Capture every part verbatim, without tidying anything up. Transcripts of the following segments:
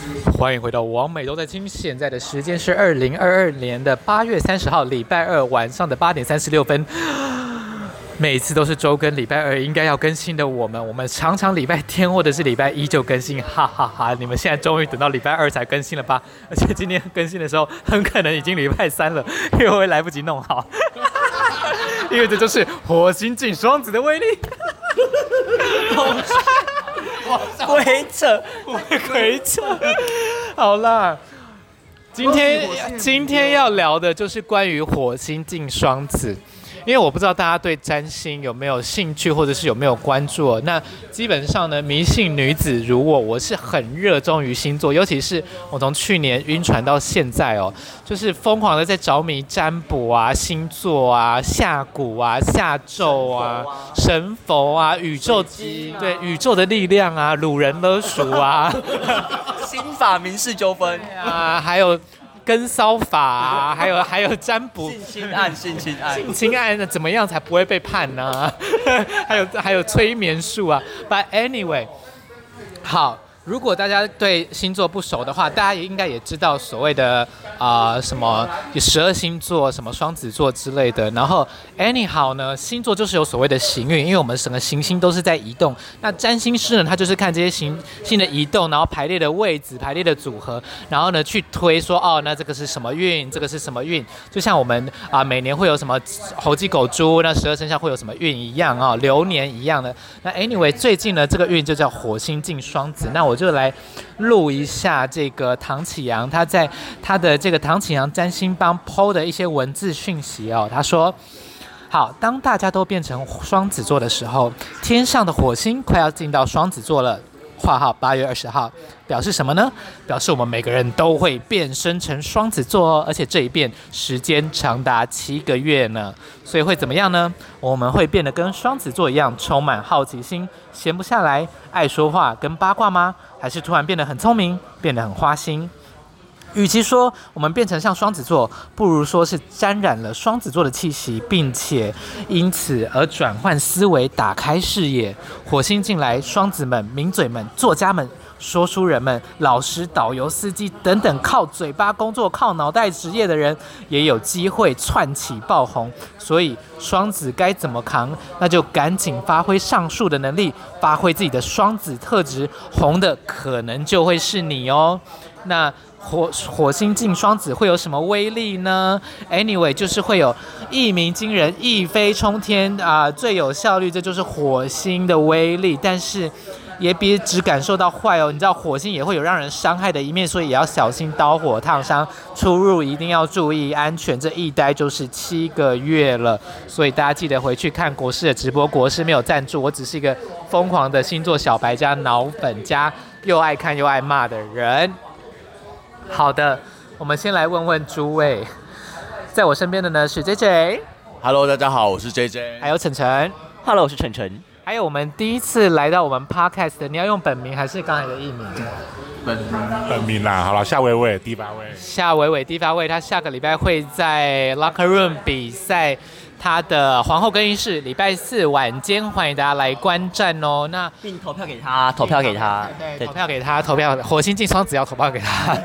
欢迎回到王美都在听，现在的时间是二零二二年的八月三十号，礼拜二晚上的八点三十六分。每次都是周更，礼拜二应该要更新的我们，我们常常礼拜天或者是礼拜一就更新，哈哈哈哈！你们现在终于等到礼拜二才更新了吧？而且今天更新的时候，很可能已经礼拜三了，因为会来不及弄好。因为这就是火星进双子的威力。 鬼扯， 鬼扯。好啦，今天今天要聊的就是关于火星进双子。因为我不知道大家对占星有没有兴趣，或者是有没有关注哦。那基本上呢，迷信女子如我，我是很热衷于星座，尤其是我从去年晕船到现在哦，就是疯狂的在着迷占卜啊、星座啊、下蛊啊、下咒啊、神佛啊、宇宙对宇宙的力量啊、掳人勒赎啊、 心法民事纠纷啊，还有。跟骚法、啊，还有还有占卜， 性侵案，性侵案， 性侵案呢，怎么样才不会被判呢？还有还有催眠术啊。But anyway， 好。如果大家对星座不熟的话，大家也应该也知道所谓的啊、呃、什么十二星座、什么双子座之类的。然后 anyhow 呢，星座就是有所谓的行运，因为我们整个行星都是在移动。那占星师呢，他就是看这些行星的移动，然后排列的位置、排列的组合，然后呢去推说哦，那这个是什么运，这个是什么运。就像我们啊、呃、每年会有什么猴鸡狗猪，那十二生肖会有什么运一样啊、哦，流年一样的。那 anyway 最近呢，这个运就叫火星进双子。那我我就来录一下这个唐启阳，他在他的这个唐启阳占星帮 P O 的一些文字讯息哦。他说：好，当大家都变成双子座的时候，天上的火星快要进到双子座了。括号八月二十号，表示什么呢？表示我们每个人都会变身成双子座哦，而且这一变时间长达七个月呢。所以会怎么样呢？我们会变得跟双子座一样，充满好奇心，闲不下来，爱说话跟八卦吗？还是突然变得很聪明，变得很花心？与其说我们变成像双子座，不如说是沾染了双子座的气息，并且因此而转换思维，打开视野。火星进来，双子们、名嘴们、作家们、说书人们、老师、导游、司机等等靠嘴巴工作、靠脑袋职业的人，也有机会窜起爆红。所以双子该怎么扛？那就赶紧发挥上述的能力，发挥自己的双子特质，红的可能就会是你哦。那火火星进双子会有什么威力呢 ？Anyway， 就是会有一鸣惊人、一飞冲天啊、呃，最有效率，这就是火星的威力。但是也别只感受到坏哦，你知道火星也会有让人伤害的一面，所以也要小心刀火烫伤。出入一定要注意安全。这一待就是七个月了，所以大家记得回去看国师的直播。国师没有赞助，我只是一个疯狂的星座小白加脑粉加又爱看又爱骂的人。好的，我们先来问问诸位，在我身边的呢是 J J。Hello， 大家好，我是 J J。 还有晨晨。 Hello， 我是晨晨。 还有我们第一次来到我们 Podcast 的，你要用本名还是刚才的艺名？ 本本名啦，好了，夏伟伟第八位。 夏伟伟第八位，他下个礼拜会在 Locker Room 比赛他的皇后更衣室，礼拜四晚间，欢迎大家来观战哦。那并投票给他，投票给他， 对，对投票给他，投票火星进双子要投票给他。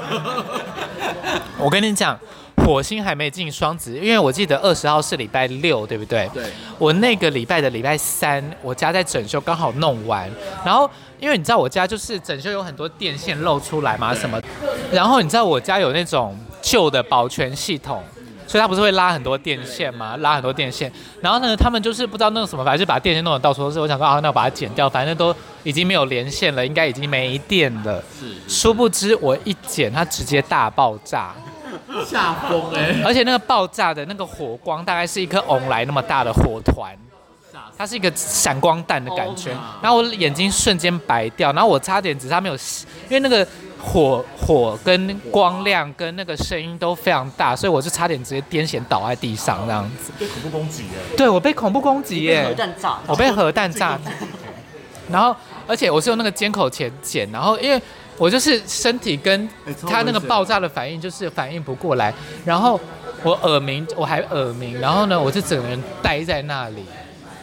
我跟你讲。火星还没进双子，因为我记得二十号是礼拜六，对不对？ 对。 我那个礼拜的礼拜三，我家在整修，刚好弄完。然后，因为你知道我家就是整修有很多电线露出来嘛，什么。然后你知道我家有那种旧的保全系统，所以它不是会拉很多电线嘛，拉很多电线。然后呢，他们就是不知道弄什么，反正就把电线弄得到处都是。我想说啊，那我把它剪掉，反正都已经没有连线了，应该已经没电了。是。殊不知我一剪，它直接大爆炸。 下风哎、欸！ 而且那个爆炸的那个火光，大概是一颗翁来那么大的火团，它是一个闪光弹的感觉。然后我眼睛瞬间白掉，然后我差点只差没有，因为那个火火跟光亮跟那个声音都非常大，所以我就差点直接癫痫倒在地上这样子。 被恐怖攻击耶！ 对，我被恐怖攻击耶！ 核弹炸， 我被核弹炸。然后，而且我是用那个尖口钳剪，然后因为。我就是身体跟他那个爆炸的反应就是反应不过来，然后我耳鸣，我还耳鸣，然后呢，我就整个人待在那里，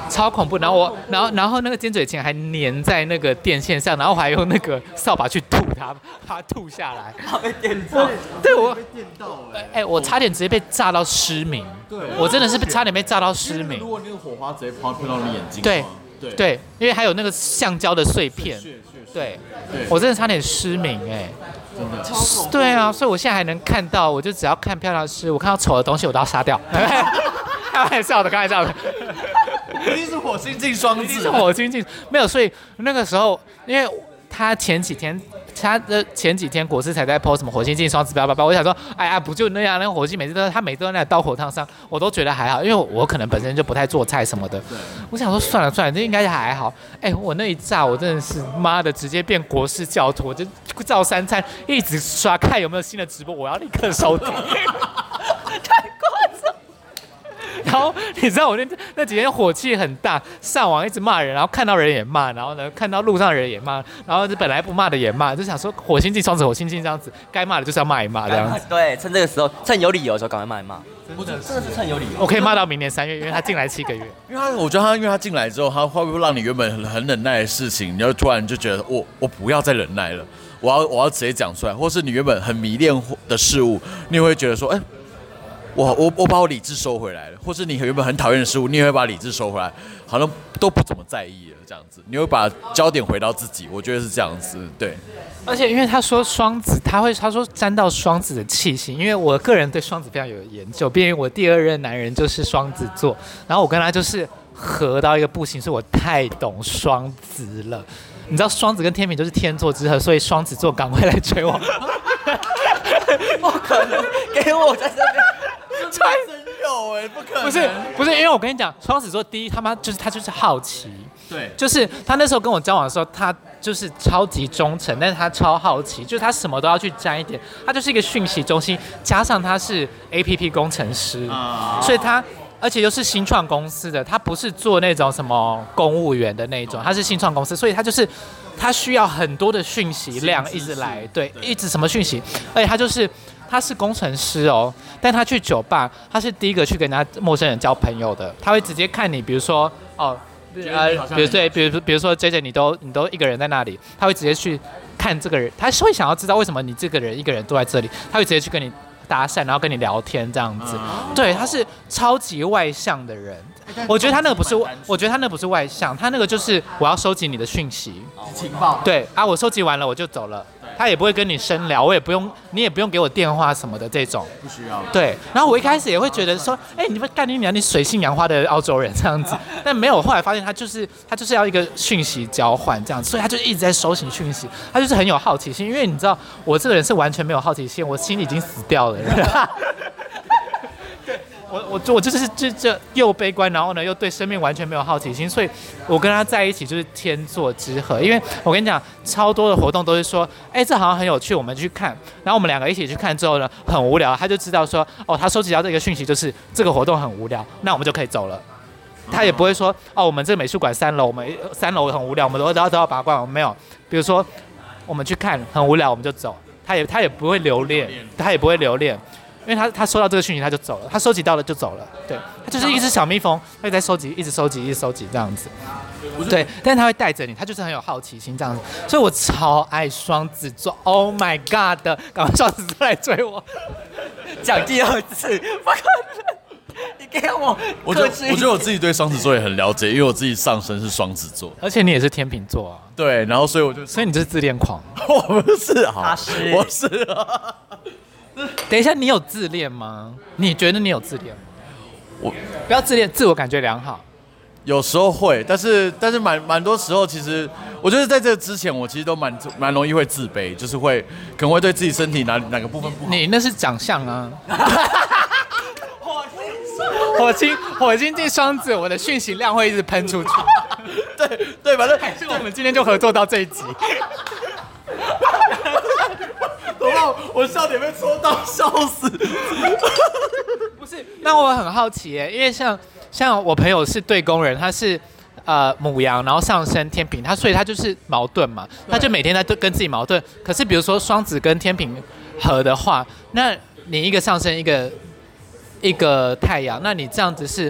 超恐怖。然后我，然后然后那个尖嘴钳还粘在那个电线上，然后我还用那个扫把去吐它，把它吐下来。 他被电到， 对我被电到哎、 哎、我差点直接被炸到失明。 对， 我真的是差点被炸到失明如。果那个火花直接抛喷到你眼睛， 对对对，因为还有那个橡胶的碎片。 血血血对， 对我真的差点失明哎、 真的对啊，所以我现在还能看到，我就只要看漂亮的事，我看到丑的东西我都要杀掉。开玩笑的，开玩笑的。 一定是火星进双子， 一定是火星进没有，所以那个时候，因为他前几天，他的前几天果实才在 po 什么火星进双子叭叭叭，我想说，哎呀，不就那样？那个火星每次都他每次都在那刀口烫伤，我都觉得还好，因为我可能本身就不太做菜什么的。我想说算了算了，这应该还好。哎，我那一炸，我真的是妈的，直接变国式教徒，我就照三餐一直刷看有没有新的直播，我要立刻收听。太夸张。然后你知道我那那几天火气很大，上网一直骂人，然后看到人也骂，然后呢看到路上的人也骂，然后本来不骂的也骂，就想说火星进双子，火星进这样子，该骂的就是要骂一骂这样子。 对，趁这个时候，趁有理由的时候赶快骂一骂。我觉得真的是趁有理由。 我可以骂到明年三月，因为他进来七个月。 因为他，我觉得他，因为他进来之后，他会不会让你原本很很忍耐的事情，你就突然就觉得我我不要再忍耐了，我要我要直接讲出来，或是你原本很迷恋的事物，你也会觉得说，哎、我我我把我理智收回来了，或是你原本很讨厌的事物，你也会把理智收回来，好像都不怎么在意了这样子，你会把焦点回到自己，我觉得是这样子，对。 而且因为他说双子，他会他说沾到双子的气息，因为我个人对双子非常有研究，毕竟我第二任男人就是双子座，然后我跟他就是合到一个不行，所以我太懂双子了。你知道双子跟天秤都是天作之合，所以双子座赶快来追我。 不可能，给我在这边。 真有哎、欸，不可能。 不是不是，因为我跟你讲，双子座第一他妈就是他就是好奇， 对， 就是他那时候跟我交往的时候，他就是超级忠诚，但是他超好奇，就是他什么都要去沾一点，他就是一个讯息中心，加上他是 A P P 工程师， 啊所以他。而且又是新创公司的，他不是做那种什么公务员的那种，他是新创公司，所以他就是他需要很多的讯息量一直来，对，一直什么讯息，而且他就是他是工程师哦，但他去酒吧，他是第一个去跟人家陌生人交朋友的，他会直接看你，比如说哦，呃，比如对，比如比如说 J J 你都你都一个人在那里，他会直接去看这个人，他会想要知道为什么你这个人一个人坐在这里，他会直接去跟你搭讪，然后跟你聊天这样子。对，他是超级外向的人。我觉得他那个不是，我觉得他那个不是外向，他那个就是我要收集你的讯息， 情报。 对啊，我收集完了我就走了，他也不会跟你深聊，我也不用，你也不用给我电话什么的这种。 不需要。 对，然后我一开始也会觉得说，哎、欸，你们干你娘，你水性杨花的澳洲人这样子，但没有，后来发现他就是他就是要一个讯息交换这样子，所以他就一直在收集讯息，他就是很有好奇心，因为你知道我这个人是完全没有好奇心，我心里已经死掉了。我我我就是这这又悲观，然后呢又对生命完全没有好奇心，所以我跟他在一起就是天作之合。因为我跟你讲，超多的活动都是说，哎，这好像很有趣，我们去看。然后我们两个一起去看之后呢，很无聊，他就知道说，哦，他收集到这个讯息就是这个活动很无聊，那我们就可以走了。他也不会说，哦，我们这个美术馆三楼，我们三楼很无聊，我们都都要都要把它关。没有，比如说我们去看很无聊，我们就走。他也他也不会留恋，他也不会留恋。因为他他收到这个讯息他就走了，他收集到了就走了，对，他就是一只小蜜蜂，他在收集，一直收集，一直收集这样子，对，但是他会带着你，他就是很有好奇心这样子，所以我超爱双子座 ，Oh my God 的，赶快双子座来追我， 讲第二次，不可能，你给我， 我觉得我觉得我自己对双子座也很了解，因为我自己上升是双子座， 而且你也是天秤座啊， 对，然后所以我就， 所以你就是自恋狂， 我不是啊， 他是， 我是啊。 等一下，你有自恋吗？你觉得你有自恋吗？ 我不要自恋，自我感觉良好。 有时候会，但是但是蛮蛮多时候，其实我觉得在这之前，我其实都蛮蛮容易会自卑，就是会可能会对自己身体哪哪个部分不好。 你那是长相啊。火星火星进双子，我的讯息量会一直喷出去。 对对，反正还是我们今天就合作到这一集。 我我笑点被戳到，笑死！ 不是，那我很好奇耶，因为像像我朋友是对宫人，他是呃牡羊，然后上升天秤，他所以他就是矛盾嘛，他就每天在跟自己矛盾。可是比如说双子跟天秤合的话，那你一个上升一个一个太阳，那你这样子是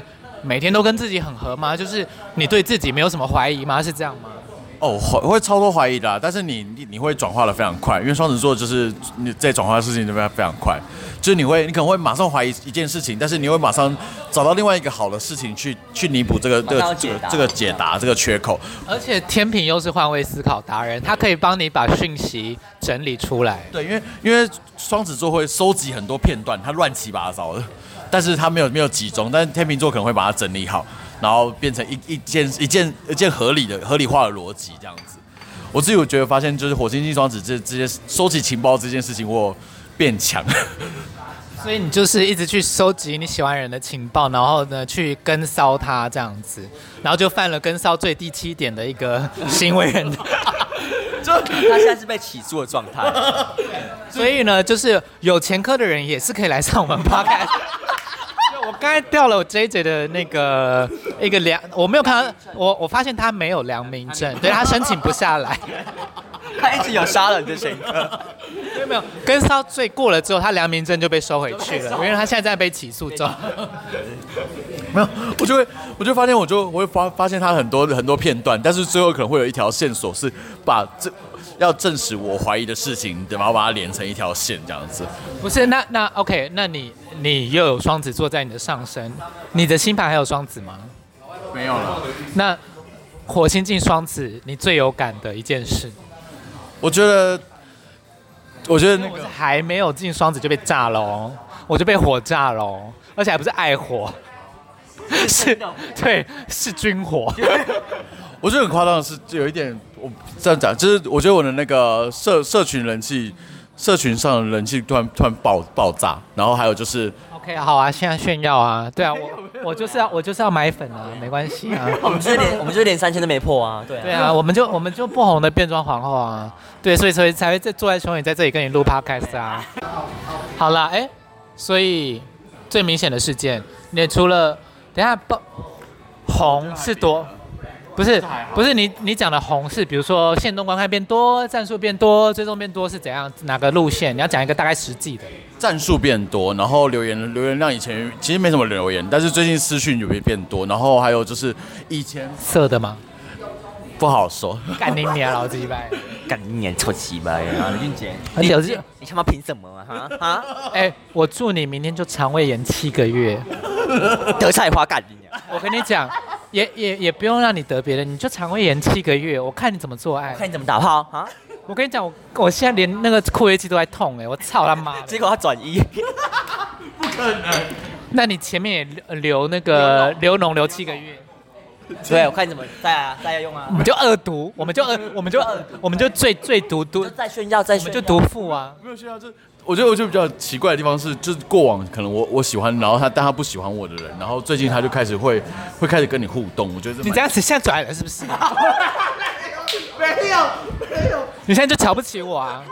每天都跟自己很合吗？就是你对自己没有什么怀疑吗？是这样吗？ 哦，我会超多怀疑的、啊，但是你你你会转化的非常快，因为双子座就是你在转化的事情就非常非常快，就是你会你可能会马上怀疑一件事情，但是你会马上找到另外一个好的事情去去弥补这个这个这个这个解答这个缺口。 而且天秤又是换位思考达人，他可以帮你把讯息整理出来。 对，因为因为双子座会收集很多片段，它乱七八糟的，但是它没有没有集中，但是天秤座可能会把它整理好。然后变成一一件一件一件合理的合理化的逻辑这样子，我自己我觉得发现就是火星金双子这这些收集情报这件事情我变强， 所以你就是一直去收集你喜欢人的情报，然后呢去跟骚他这样子，然后就犯了跟骚最第七点的一个行为人。 就他现在是被起诉的状态， 所以呢，就是有前科的人也是可以来上我们 podcast。我刚才调了我 J J 的那个一个良，我没有看到，我我发现他没有良民证，对他申请不下来。 他一直有杀人的前科， 没有没有，跟骚罪过了之后，他良民证就被收回去了，因为他现在在被起诉中。 没有，我就会我就发现我就我会发发现他很多很多片段，但是最后可能会有一条线索是把这。要证实我怀疑的事情，然后把它连成一条线，这样子。 不是，那那 OK， 那你你又有双子座在你的上升，你的星盘还有双子吗？ 没有了。 那火星进双子，你最有感的一件事？ 我觉得，我觉得那个还没有进双子就被炸了哦，我就被火炸了哦，而且还不是爱火，是，对，是军火。 我觉得很夸张的是，就有一点，我这样讲，就是我觉得我的那个社社群人气，社群上的人气突然突然爆爆炸，然后还有就是 ，OK， 好啊，现在炫耀啊，对啊，我我就是要我就是要买粉啊，没关系啊， 我们就是连我们就是连三千都没破啊，对啊， 对啊，我们就我们就不红的变装皇后啊，对，所以所以才会在坐在雄伟在这里跟你录 podcast 啊。好啦，哎，所以最明显的事件，你除了等一下爆红是多。不是不是你你讲的红是比如说限动观看变多，战术变多，追踪变多是怎样哪个路线？你要讲一个大概实际的。 战术变多，然后留言留言量以前其实没什么留言，但是最近私讯有变多，然后还有就是以前色的吗？ 不好说。 干你娘老鸡掰！ 干你娘臭鸡掰啊！林俊杰， 你你他妈凭什么啊？哈哈！ 哎，我祝你明天就肠胃炎七个月。 得菜花干你娘！ 我跟你讲。也也也不用让你得别的，你就肠胃炎七个月，我看你怎么做爱， 我看你怎么打炮啊！ 我跟你讲，我我现在连那个括约肌都在痛哎、欸，我操他妈！ 结果他转移， 不可能。 那你前面也留那个流脓留七个月， 对，我看你怎么再啊再要用啊！ 我们就恶毒，我们就恶，我们就我们就最最毒毒， 再炫耀再炫耀， 就毒妇啊！ 没有炫耀，就我觉得我觉得比较奇怪的地方是，就是过往可能我我喜欢，然后他但他不喜欢我的人，然后最近他就开始会会开始跟你互动，我觉得你这样子现在转了是不是？ 没有没有， 你现在就瞧不起我啊！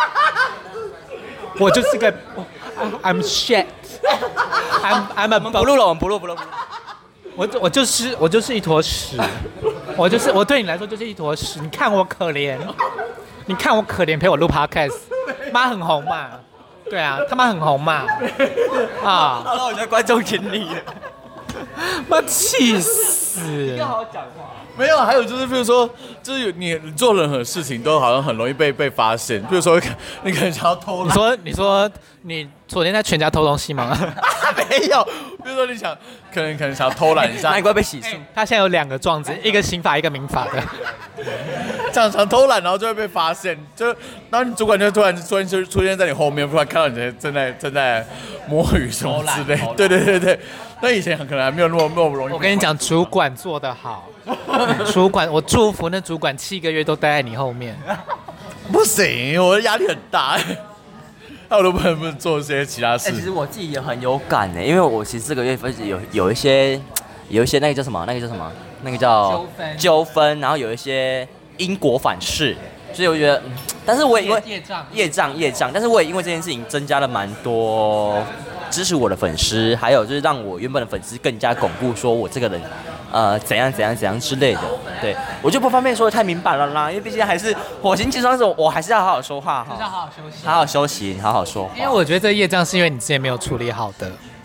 我就是个 I'm shit，I'm I'm a 不录了，我们不录不录不录。 我我就是我就是一坨屎，我就是我对你来说就是一坨屎。你看我可怜，你看我可怜陪我录 podcast， 妈很红嘛，对啊，他妈很红嘛，啊， 好了，我觉得观众听你了， 妈气死！ 要好好讲话。 没有，还有就是，比如说，就是你你做任何事情都好像很容易被被发现。比如说，你可能想要偷懒， 你说你说你昨天在全家偷东西吗？ 没有。比如说你想，可能可能想要偷懒一下， 难怪被起诉。 他现在有两个状子，一个刑法，一个民法的。 想想偷懒，然后就会被发现，就然后你主管就突然突然就出现在你后面，突然看到你正在正在摸鱼什么之类。对对对对，那以前可能还没有那么那么容易。 我跟你讲，主管做得好，主管我祝福那主管七个月都待在你后面。 不行，我的压力很大。那我都不能不能做一些其他事。 欸、其实我自己也很有感呢，因为我其实这个月份有有一些有一些那个叫什么，那个叫什么，那个叫纠纷， 纠纷，然后有一些因果反噬，所以我觉得，嗯、但是我也因为业障业障业障，但是我也因为这件事情增加了蛮多支持我的粉丝，还有就是让我原本的粉丝更加巩固，说我这个人。呃，怎样怎样怎样之类的，对我就不方便说的太明白了啦，因为毕竟还是火星金双子，我还是要好好说话哈， 就是要好好休息， 好好休息，好好说话。 因为我觉得这业障是因为你之前没有处理好的，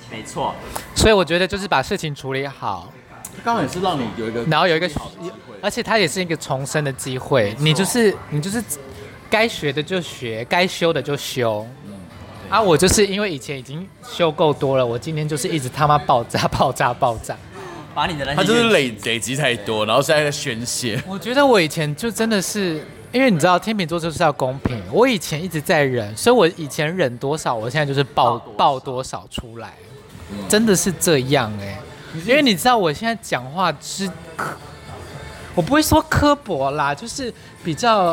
没错。 所以我觉得就是把事情处理好， 刚好也是让你有一个， 然后有一个好的机会， 而且它也是一个重生的机会。你就是你就是该学的就学，该修的就修。啊，我就是因为以前已经修够多了，我今天就是一直他妈爆炸、爆炸、爆炸。 把你的那些他就是累累积太多，然后现在在宣泄。 我觉得我以前就真的是，因为你知道天秤座就是要公平，我以前一直在忍，所以我以前忍多少，我现在就是爆爆多少出来，真的是这样哎、欸。因为你知道我现在讲话之，我不会说刻薄啦，就是比较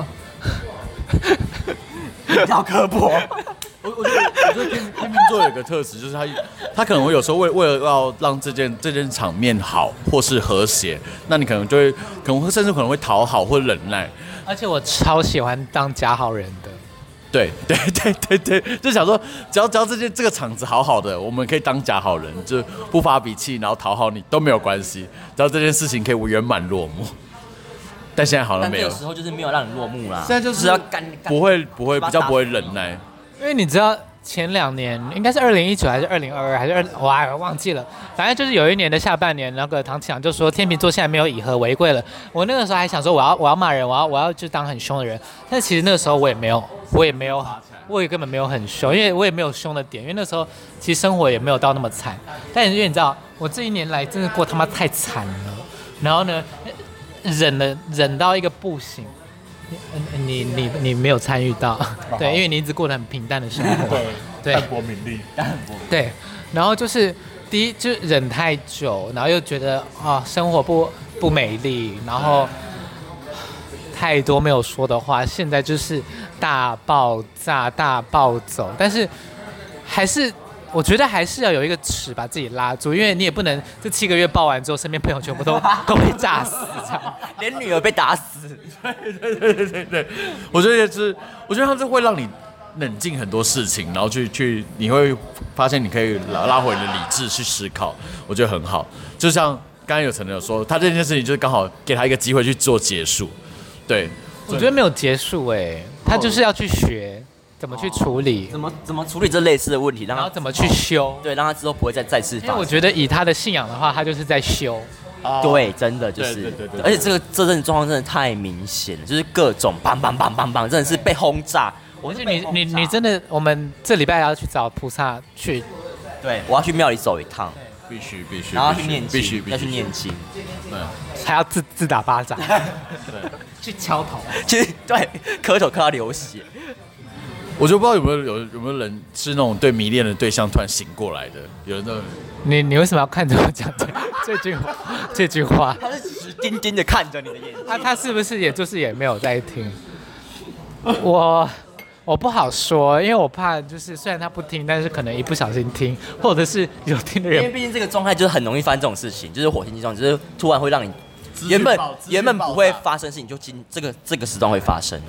比较刻薄。 我我觉得我觉得天天秤座有一个特质，就是他他可能会有时候为为了要让这件这件场面好或是和谐，那你可能就会可能会甚至可能会讨好或忍耐。 而且我超喜欢当假好人的。 对对对对对，就想说，只要只要这件这个场子好好的，我们可以当假好人，就不发脾气，然后讨好你都没有关系，只要这件事情可以圆满落幕。但现在好像没有， 但这个时候就是没有让你落幕啦。 现在就是要干，干不会不会比较不会忍耐。 因为你知道前两年应该是二零一九还是二零二二还是二，哇，我忘记了。反正就是有一年的下半年，那个唐启阳就说天秤座现在没有以和为贵了。我那个时候还想说我要我要骂人，我要我要就当很凶的人。但其实那个时候我也没有，我也没有，我也根本没有很凶，因为我也没有凶的点。因为那时候其实生活也没有到那么惨。但因为你知道，我这一年来真的过他妈太惨了。然后呢，忍了忍到一个不行。你你你你没有参与到，对，因为你一直过得很平淡的生活，对， 淡泊名利， 对，然后就是第一就忍太久，然后又觉得啊生活不不美丽，然后太多没有说的话，现在就是大爆炸大暴走，但是还是。我觉得还是要有一个尺把自己拉住，因为你也不能这七个月爆完之后，身边朋友全部都都被炸死，这样， 连女儿被打死。 对对对对对对，我觉得也是，我觉得它是会让你冷静很多事情，然后去去，你会发现你可以拉拉回你的理智去思考，我觉得很好。就像刚刚有陈有说，他这件事情就是刚好给他一个机会去做结束，对， 我觉得没有结束哎、欸，他就是要去学。怎么去处理？ 怎么怎么处理这类似的问题？让他然后怎么去修？ 对，让他之后不会再再次发生。 因为我觉得以他的信仰的话，他就是在修。 对，真的就是， 对对对对对而且这个这阵状况真的太明显了，就是各种梆梆梆梆梆，真的是被轰炸。 而且你你你真的，我们这礼拜要去找菩萨去。 对，我要去庙里走一趟， 必须必须， 然后去念经， 必须必须要去念经， 对， 还要自自打巴掌， 对， 去敲头， 其实对磕头磕到流血。 我就不知道有没有有有没有人是那种对迷恋的对象突然醒过来的，有人那种你你为什么要看着我讲这这句话？这句话， 他是直盯盯的看着你的眼睛。 他他是不是也就是也没有在听？我我不好说，因为我怕就是虽然他不听，但是可能一不小心听，或者是有听的人。 因为毕竟这个状态就是很容易发生这种事情，就是火星状，就是突然会让你原本原本不会发生事情，就今这个这个时段会发生。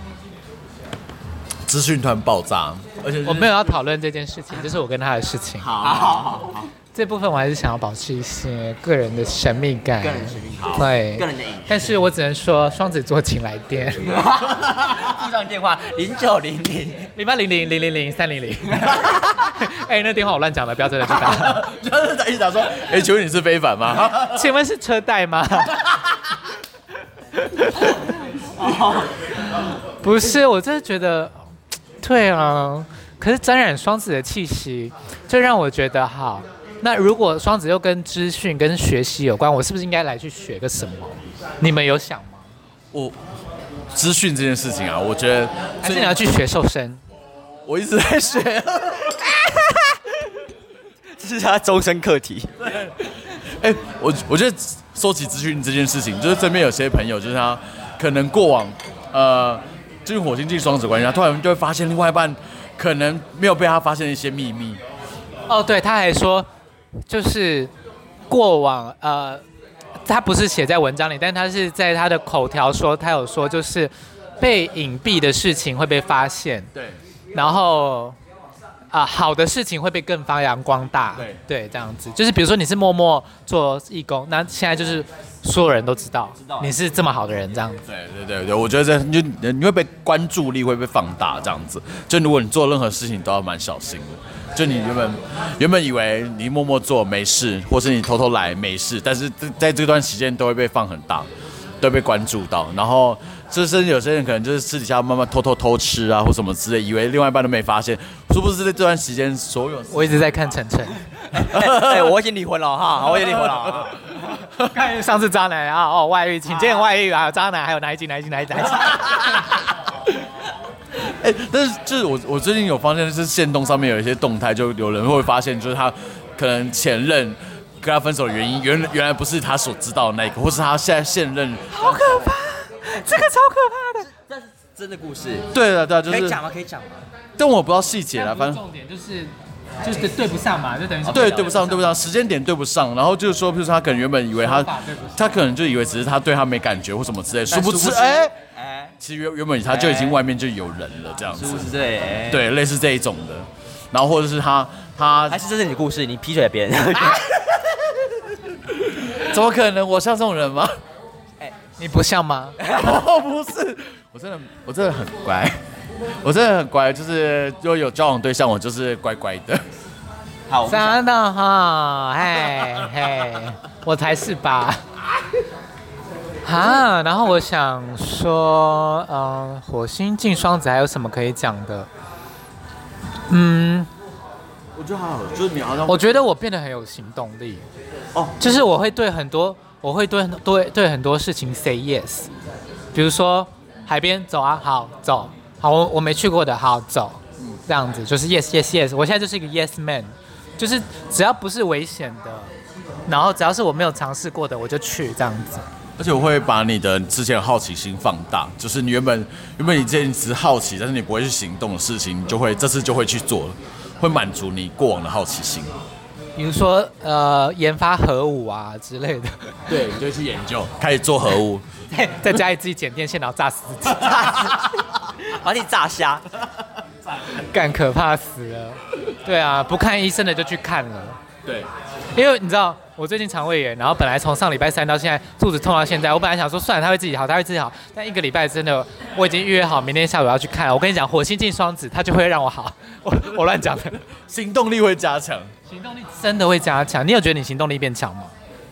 资讯突然爆炸，而且、就是、 我没有要讨论这件事情，这是我跟他的事情。 好好好好， 这部分我还是想要保持一些个人的神秘感。 个人神秘感， 对， 个人的隐私。但但是我只能说，双子座请来电， 附上电话零九零零零八零零零零零三零零。哎，那电话我乱讲的，不要真的去打。 就是在一讲说，哎、欸，请问你是非凡吗？ 请问是车贷吗？不是，我真的觉得。对啊，可是沾染双子的气息，就让我觉得好。那如果双子又跟资讯、跟学习有关，我是不是应该来去学个什么？你们有想吗？ 我资讯这件事情啊，我觉得还是你要去学瘦身？ 我一直在学， 这是他终身课题。 哎、欸，我我觉得收集资讯这件事情，就是身边有些朋友，就是他可能过往呃。进火星进双子关系，他突然就会发现另外一半可能没有被他发现的一些秘密。 哦，对，他还说，就是过往呃，他不是写在文章里，但他是在他的口条说，他有说就是被隐蔽的事情会被发现。 对。 然后啊、好的事情会被更发扬光大。 对对，这样子就是比如说你是默默做义工，那现在就是所有人都知道你是这么好的人，这样子。 对对对对，我觉得这就你会被关注力会被放大，这样子。就如果你做任何事情都要蛮小心的。就你原本原本以为你默默做没事，或是你偷偷来没事，但是在这段时间都会被放很大，都会被关注到，然后。甚至有些人可能就是私底下慢慢偷偷偷吃啊，或什么之类，以为另外一半都没发现，殊不知在这段时间所有。 我一直在看晨晨， 哎，我已经离婚了哈，我已经离婚了。 看上次渣男啊，哦外遇，请见外遇，还有渣男，还有哪一集哪一集哪一集哪一集。 哎，但是就是我我最近有发现，就是限动上面有一些动态，就有人会发现，就是他可能前任跟他分手的原因，原原来不是他所知道的那个，或是他现在现任。 好可怕！这个超可怕的， 这是真的故事。 对啊，对啊，就是可以讲吗？可以讲吗？ 但我不知道细节了，反正重点就是就是对不上嘛，就等于是对对不上，对不上，时间点对不上。然后就是说，比如说他可能原本以为他，他可能就以为只是他对他没感觉或什么之类，殊不知哎哎，其实原原本他就已经外面就有人了这样子， 对对，类似这一种的。然后或者是他他还是这是你的故事，你劈腿了别人， 怎么可能？我像这种人吗？ 你不像吗？ 哦，不是，我真的我真的很乖，我真的很乖，就是如果有交往对象，我就是乖乖的。 好， 真的哈，嘿嘿，我才是吧。哈，然后我想说，嗯、呃，火星进双子还有什么可以讲的？嗯， 我觉得还好，就是你好像我觉得我变得很有行动力。哦，就是我会对很多。我会对对对很多事情 say yes， 比如说海边走啊，好走，好我我没去过的，好走，这样子就是 yes yes yes。我现在就是一个 yes man， 就是只要不是危险的，然后只要是我没有尝试过的，我就去这样子。 而且我会把你的之前的好奇心放大，就是你原本原本你之前只是好奇，但是你不会去行动的事情，你就会这次就会去做了，会满足你过往的好奇心。 比如说呃研发核武啊之类的， 对，你就去研究，开始做核武， 在家里自己剪电线，然后炸死自己， 把你炸瞎， 干可怕死了。对啊，不看医生的就去看了。 对， 因为你知道我最近肠胃炎，然后本来从上礼拜三到现在肚子痛到现在，我本来想说算了，它会自己好，它会自己好，但一个礼拜真的我已经预约好明天下午要去看了。我跟你讲，火星进双子，它就会让我好。我我乱讲的， 行动力会加强， 行动力真的会加强。你有觉得你行动力变强吗？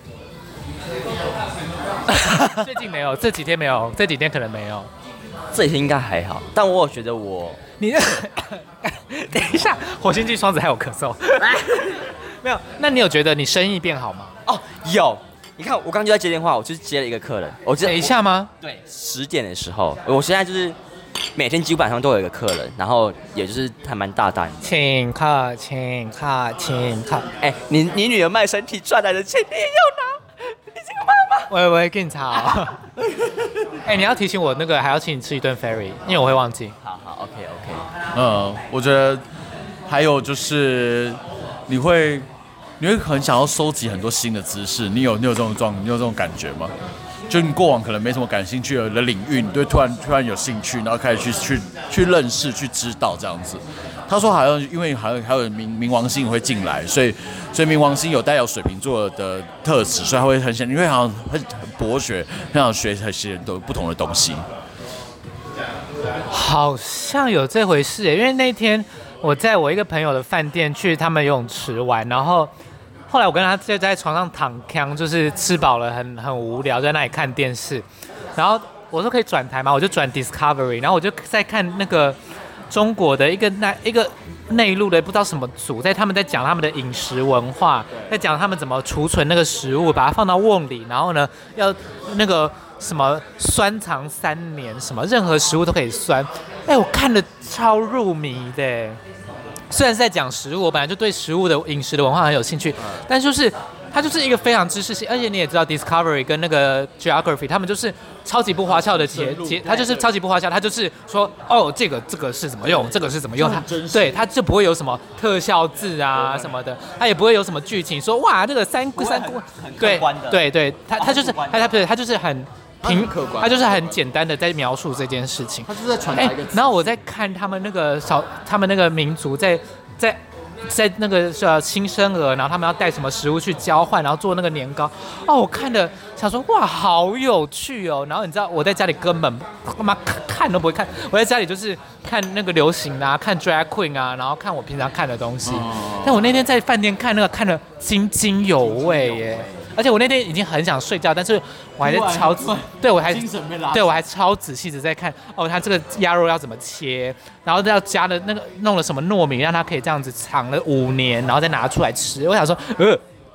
最近没有，这几天没有，这几天可能没有。 这几天应该还好，但我有觉得我你等一下，火星进双子还有咳嗽。没有，那你有觉得你生意变好吗？ 哦，有。你看，我刚就在接电话，我就是接了一个客人。我等一下吗？ 对，十点的时候，我现在就是每天基本上都有一个客人，然后也就是还蛮大单的。 请客，请客，请客。 哎，你你女儿卖身体赚来的钱，你也要拿？你这个妈妈。 喂喂，警察。哎，你要提醒我那个还要请你吃一顿 ferry， 因为我会忘记。 好好 ，OK OK。 嗯，我觉得还有就是你会你会很想要收集很多新的知识，你有你有这种状你有这种感觉吗？就你过往可能没什么感兴趣的领域，你对突然突然有兴趣，然后开始去去去认识、去知道这样子。他说好像因为还有还有冥冥王星也会进来，所以所以冥王星有带有水瓶座的特质，所以他会很想，因为好像很很博学，很想学很些都不同的东西。 好像有这回事耶，因为那天我在我一个朋友的饭店去他们游泳池玩，然后后来我跟他就在床上躺康，就是吃饱了很很无聊，在那里看电视，然后我说可以转台吗？我就转 Discovery， 然后我就在看那个中国的一个那一个内陆的不知道什么组，在他们在讲他们的饮食文化，在讲他们怎么储存那个食物，把它放到瓮里，然后呢要那个什么酸藏三年，什么任何食物都可以酸。哎，我看了超入迷的。虽然是在讲食物，我本来就对食物的饮食的文化很有兴趣，但就是它就是一个非常知识性，而且你也知道 Discovery 跟那个 Geography， 他们就是超级不花俏的节节，它就是超级不花俏，它就是说哦这个这个是怎么用，这个是怎么用，它对它就不会有什么特效字啊什么的，它也不会有什么剧情说哇这个三三对对对，它它就是它它对它就是很。平，他就是很简单的在描述这件事情。 他就是在传达一个、欸。 然后我在看他们那个小，他们那个民族在在在那个呃新生儿，然后他们要带什么食物去交换，然后做那个年糕。哦，我看的想说哇，好有趣哦。然后你知道我在家里根本干嘛看看都不会看，我在家里就是看那个流行啊，看 drag queen 啊，然后看我平常看的东西。哦、但我那天在饭店看那个看得津津有味耶。而且我那天已经很想睡觉，但是我还在超仔，对我还对我还超仔细的在看哦，它这个鸭肉要怎么切，然后要加的那个弄了什么糯米，让它可以这样子藏了五年，然后再拿出来吃。我想说，呃，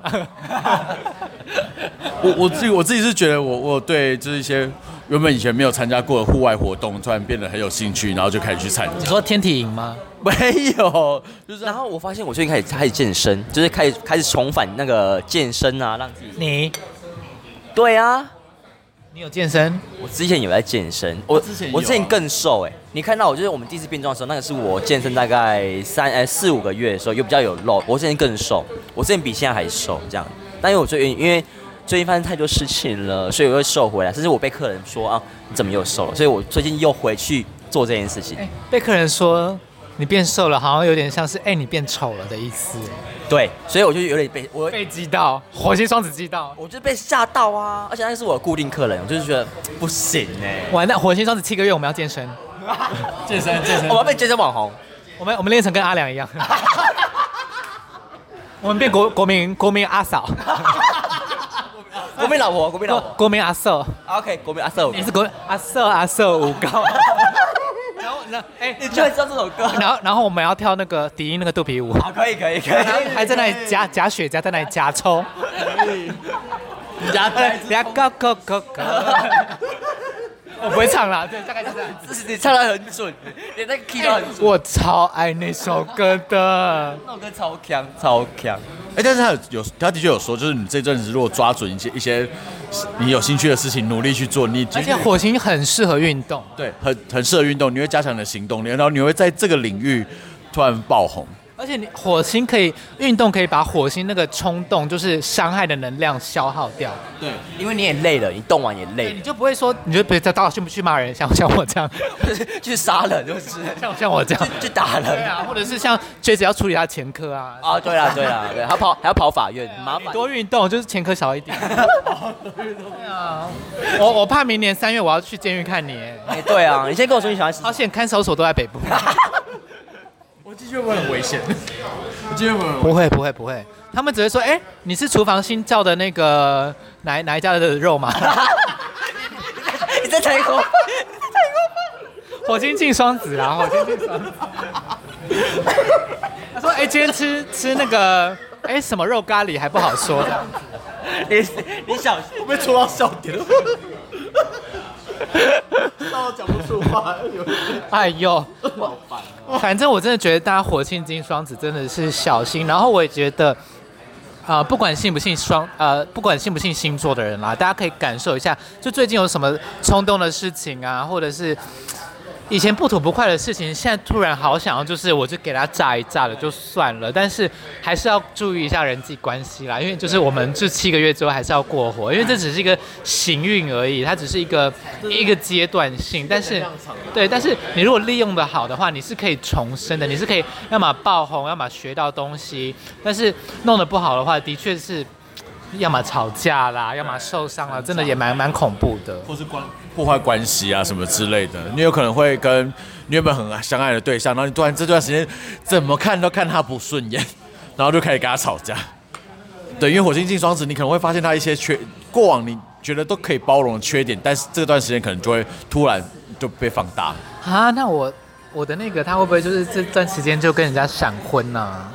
我我自己我自己是觉得我我对就是一些原本以前没有参加过的户外活动，突然变得很有兴趣，然后就开始去参加。 你说天体营吗？ 没有，就是然后我发现我最近开始开始健身，就是开始开始重返那个健身啊，让自己。 你？ 对啊， 你有健身？ 我之前有在健身，我之前有啊我之前更瘦哎、欸。你看到我就是我们第一次变壮的时候，那个是我健身大概三呃四五个月的时候，又比较有肉。我之前更瘦，我之前比现在还瘦这样。但因为我最近因为最近发生太多事情了，所以我又瘦回来。甚至我被客人说啊，你怎么又瘦了？所以我最近又回去做这件事情。 欸、被客人说你变瘦了，好像有点像是哎、欸、你变丑了的意思。 对，所以我就有点被我被击到，火星双子击到， 我就被吓到啊！而且那是我的固定客人，我就是觉得不行哎、欸。 完蛋，火星双子七个月我们要健身， 健身健身， 我们要变健身网红， 我们我们练成跟阿良一样，我们变国国民国民阿嫂， 国民老婆，国民老婆， 国民阿嫂 ，OK， 国民阿嫂， 你是国阿嫂阿嫂五高。然后，那哎， 你居然知道这首歌？ 然后，然后我们要跳那个迪音那个肚皮舞， 啊，可以，可以，可以， 还在那里夹夹雪茄，在那里夹抽， 夹夹高高高高。我不会唱啦，对，大概就这样。 你唱得很准，连那个 key 都很准。 我超爱那首歌的， 那首歌超强，超强。 哎、欸，但是他有有他的确有说，就是你这阵子如果抓准一些一些你有兴趣的事情，努力去做，你而且火星很适合运动， 对，很很适合运动，你会加强你的行动力，然后你会在这个领域突然爆红。 而且你火星可以运动，可以把火星那个冲动，就是伤害的能量消耗掉。 对，因为你也累了，你动完也累你就不会说，你就别再到去不去骂人，像像我这样， 去杀人，就是像像我这样去打人， 对啊，或者是像J 子要处理他前科啊。 啊，对啦对啦对，还要跑还要跑法院，麻烦。 多运动就是前科少一点。对啊，我我怕明年三月我要去监狱看你。 哎，对啊，你先跟我说你喜欢。 好险，看守所都在北部。 我继续会不会很危险？我继续会不会？ 不会不会不会，他们只会说，哎、欸，你是厨房新叫的那个哪哪一家的肉吗？ 你在台国， 火星进双子啦，火星进双子。他说，哎、欸，今天吃吃那个，哎、欸，什么肉咖喱还不好说的。 你你小心， 我被戳到笑点了。让我讲不出话。 哎呦，反正我真的觉得大家火星金双子真的是小心，然后我也觉得，啊、呃，不管信不信双，呃，不管信不信星座的人啦，大家可以感受一下，就最近有什么冲动的事情啊，或者是以前不吐不快的事情，现在突然好想要，就是我就给他炸一炸了就算了，但是还是要注意一下人际关系啦，因为就是我们这七个月之后还是要过活，因为这只是一个行运而已，它只是一个一个阶段性，但是对，但是你如果利用的好的话，你是可以重生的，你是可以要么爆红，要么学到东西，但是弄得不好的话，的确是。要么吵架啦，要么受伤了，真的也蛮蛮恐怖的， 或是关破坏关系啊什么之类的。你有可能会跟你原本很相爱的对象，然后你突然这段时间怎么看都看他不顺眼，然后就开始跟他吵架。对，因为火星进双子，你可能会发现他一些缺，过往你觉得都可以包容的缺点，但是这段时间可能就会突然就被放大。 啊，那我我的那个他会不会就是这段时间就跟人家闪婚呢、啊？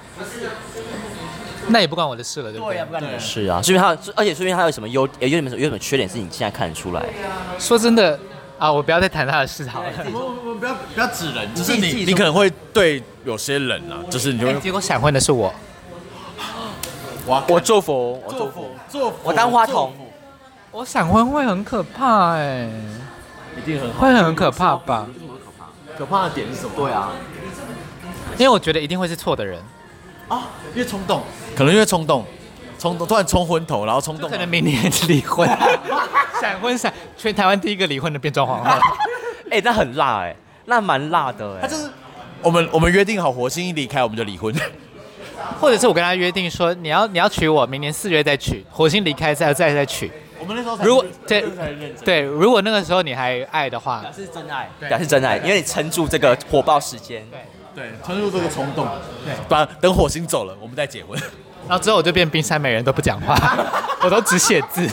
那也不关我的事了，对不对？ 对呀、啊，不关你的事啊。说明他，而且说明他有什么优，有什么有什么缺点是你现在看得出来。 说真的啊，我不要再谈他的事好了。 我我不要不要指人，就是你你可能会对有些人啊，就是你就会、 欸、结果闪婚的是我。 我我做佛，我做佛， 做佛， 我当花童。 我闪婚会很可怕哎、欸， 一定很会很可怕吧？ 可怕的点是什么？ 对啊， 因为我觉得一定会是错的人。 啊，因为冲动，可能因为冲动，冲动突然冲昏头，然后冲动， 可能明年离婚，闪婚闪，全台湾第一个离婚的变装皇后。 哎、欸，那很辣哎、欸，那蛮辣的哎、欸。 他就是我们我们约定好火星一离开我们就离婚。 或者是我跟他约定说，你要你要娶我，明年四月再娶，火星离开再再再娶。 我们那时候如果对对，如果那个时候你还爱的话， 表示真爱，表示真爱，因为你撑住这个火爆时间。 对对，撑住这个冲动，对，把等火星走了，我们再结婚。 然后之后我就变冰山美人，都不讲话，我都只写字。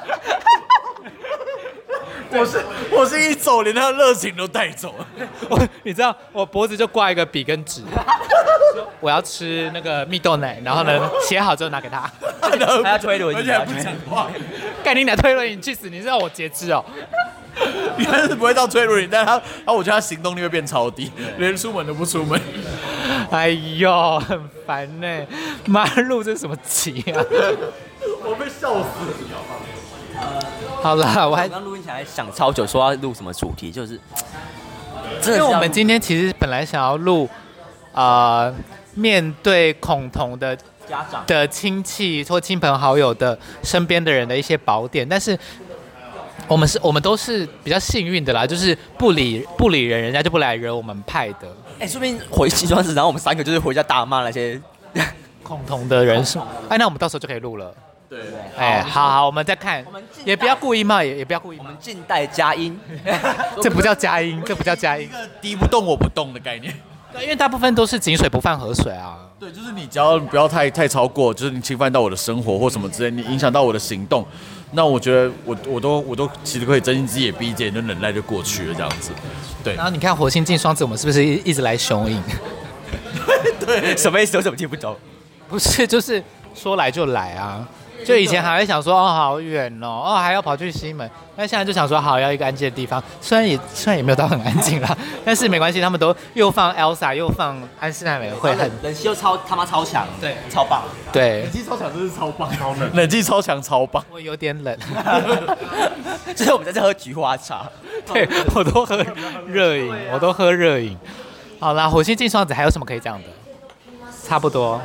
我是我是一走，连他的热情都带走了。 我你知道，我脖子就挂一个笔跟纸，我要吃那个蜜豆奶，然后呢写好之后拿给他， 还要推轮椅， 而且还不讲话。 干你俩推轮椅，你去死！你是让我截肢哦？ 应该是不会到推轮椅，但他啊，我觉得他行动力会变超低，连出门都不出门。 哎呦，很烦呢！妈录这什么集啊？ 我被笑死。 好了，我还我刚录音起来想超久，说要录什么主题，就是因为我们今天其实本来想要录，呃，面对恐同的家长的亲戚或亲朋好友的身边的人的一些宝典，但是我们是我们都是比较幸运的啦，就是不理不理人，人家就不来惹我们派的。 哎，说不定回西装室，然后我们三个就是回家大骂那些恐同的人是，哎，那我们到时候就可以录了。 对， 哎，好好，我们再看我们近代， 也不要故意骂，也也不要故意骂我们，近代佳音， 这不叫佳音，这不叫佳音一，个敌不动我不动的概念。 对，因为大部分都是井水不犯河水啊。 对，就是你只要不要太太超过，就是你侵犯到我的生活或什么之类，你影响到我的行动，那我觉得我我都我都其实可以睁一只眼闭一只眼，就忍耐就过去了这样子。对然，后你看火星进双子，我们是不是一一直来雄鹰？ 对，什么意思？我怎么听不懂？ 不是，就是说来就来啊。就以前还会想说哦好远哦，哦还要跑去西门，那现在就想说好要一个安静的地方，虽然也虽然也没有到很安静啦，但是没关系，他们都又放 Elsa 又放安室奈美惠，很人气又超他妈超强， 对， 超棒。 对冷，气超强，真是超棒，超冷，冷气超强，超棒。 我有点冷， 就是我们在这喝菊花茶， 对我都喝热饮，我都喝热饮。好啦，火星进双子还有什么可以讲的？差不多。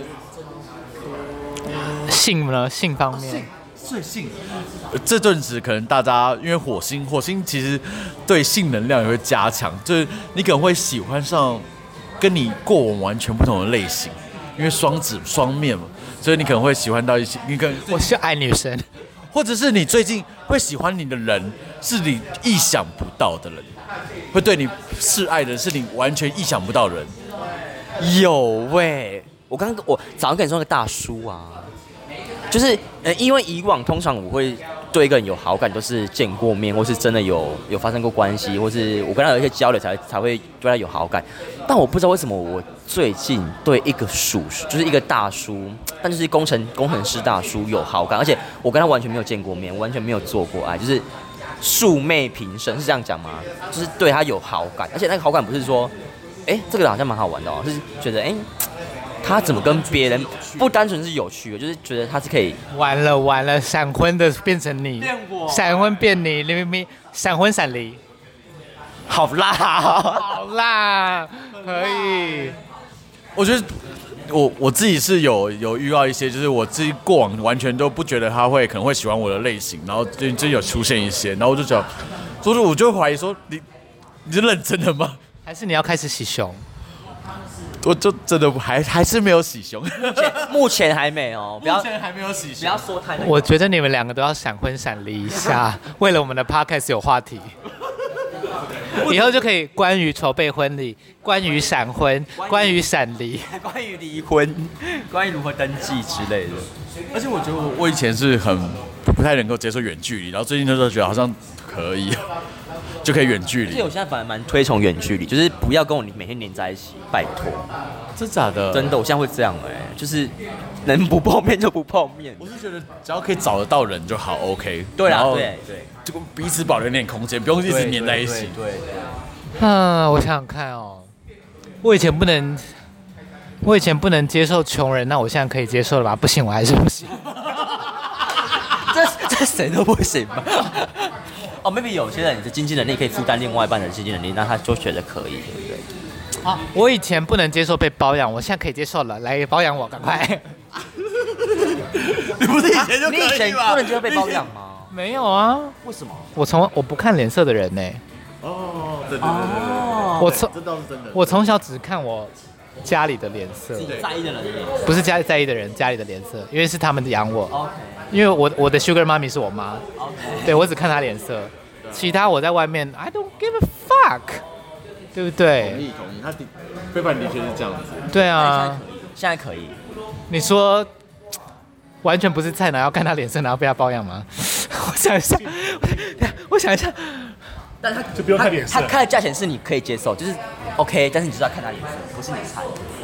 性呢？性方面， 最性，这阵子可能大家因为火星，火星其实对性能量也会加强，就是你可能会喜欢上跟你过往完全不同的类型，因为双子双面嘛，所以你可能会喜欢到一些，你可能我是爱女生， 或者是你最近会喜欢你的人是你意想不到的人，会对你示爱的人是你完全意想不到的人。 有喂、我刚刚我早上跟你说那个大叔啊，就是呃，因为以往通常我会对一个人有好感，都是见过面，或是真的有有发生过关系，或是我跟他有一些交流才才会对他有好感。但我不知道为什么我最近对一个叔叔，就是一个大叔，但就是工程工程师大叔有好感，而且我跟他完全没有见过面，完全没有做过爱，就是素昧平生，是这样讲吗？就是对他有好感，而且那个好感不是说，哎，这个人好像蛮好玩的哦，就是觉得哎。他怎么跟别人不单纯是有趣的，就是觉得他是可以完了完了，闪婚的变成你， 变我闪婚变你，你你闪婚闪离， 好辣、哦， 好啦，可以。 我觉得我我自己是有有遇到一些，就是我自己过往完全都不觉得他会可能会喜欢我的类型，然后最近有出现一些，然后我就讲，所以我就会怀疑说你你是认真的吗？ 还是你要开始洗胸？ 我就真的还还是没有洗胸， 目前还没有，不要目前还没有洗胸不要。说太那个。 我觉得你们两个都要闪婚闪离一下，为了我们的 podcast 有话题。以后就可以关于筹备婚礼，关于闪婚，关于闪离。 关于离婚，关于如何登记之类的。 而且我觉得我我以前是很不太能够接受远距离，然后最近就是觉得好像可以，就可以远距离而且。我现在反而蛮推崇远距离，就是不要跟我每天黏在一起，拜托。 真假的？ 真的，我现在会这样哎、就是能不碰面就不碰面。 我是觉得只要可以找得到人就好 ，OK。 对啦， 然后对对， 就彼此保留一点空间，不用一直黏在一起。 对，对嗯，我想想看哦，我以前不能，我以前不能接受穷人，那我现在可以接受了吧？不行，我还是不行。 这这谁都不行吧？哦 ，maybe 有些人你的经济能力可以负担另外一半的经济能力，那他就觉得可以，对不对？ 啊，我以前不能接受被包养，我现在可以接受了，来包养我，赶快。 你不是以前就可你以前以吗？ 不能接受被包养吗？ 没有啊， 为什么？ 我从我不看脸色的人呢。 哦，对对对对对。 哦， 哦我从这倒是真的。 我从小只看我家里的脸色自，己在意的人的脸。 不是家里在意的人家里的脸色，因为是他们养我。 OK 因为我我的 Sugar Mommy 是我妈， OK。 对我只看她脸色，其他我在外面 I don't give a fuck， 对不同对？ 意同意，他的非凡的确是这样子。 对啊， 现在可以。 你说完全不是菜，哪要看她脸色，然后被她包养吗？我想一下，我想一下， 但他就不用看脸色他他看的价钱是你可以接受，就是 OK， 但是你就是要看他脸色，不是你的菜。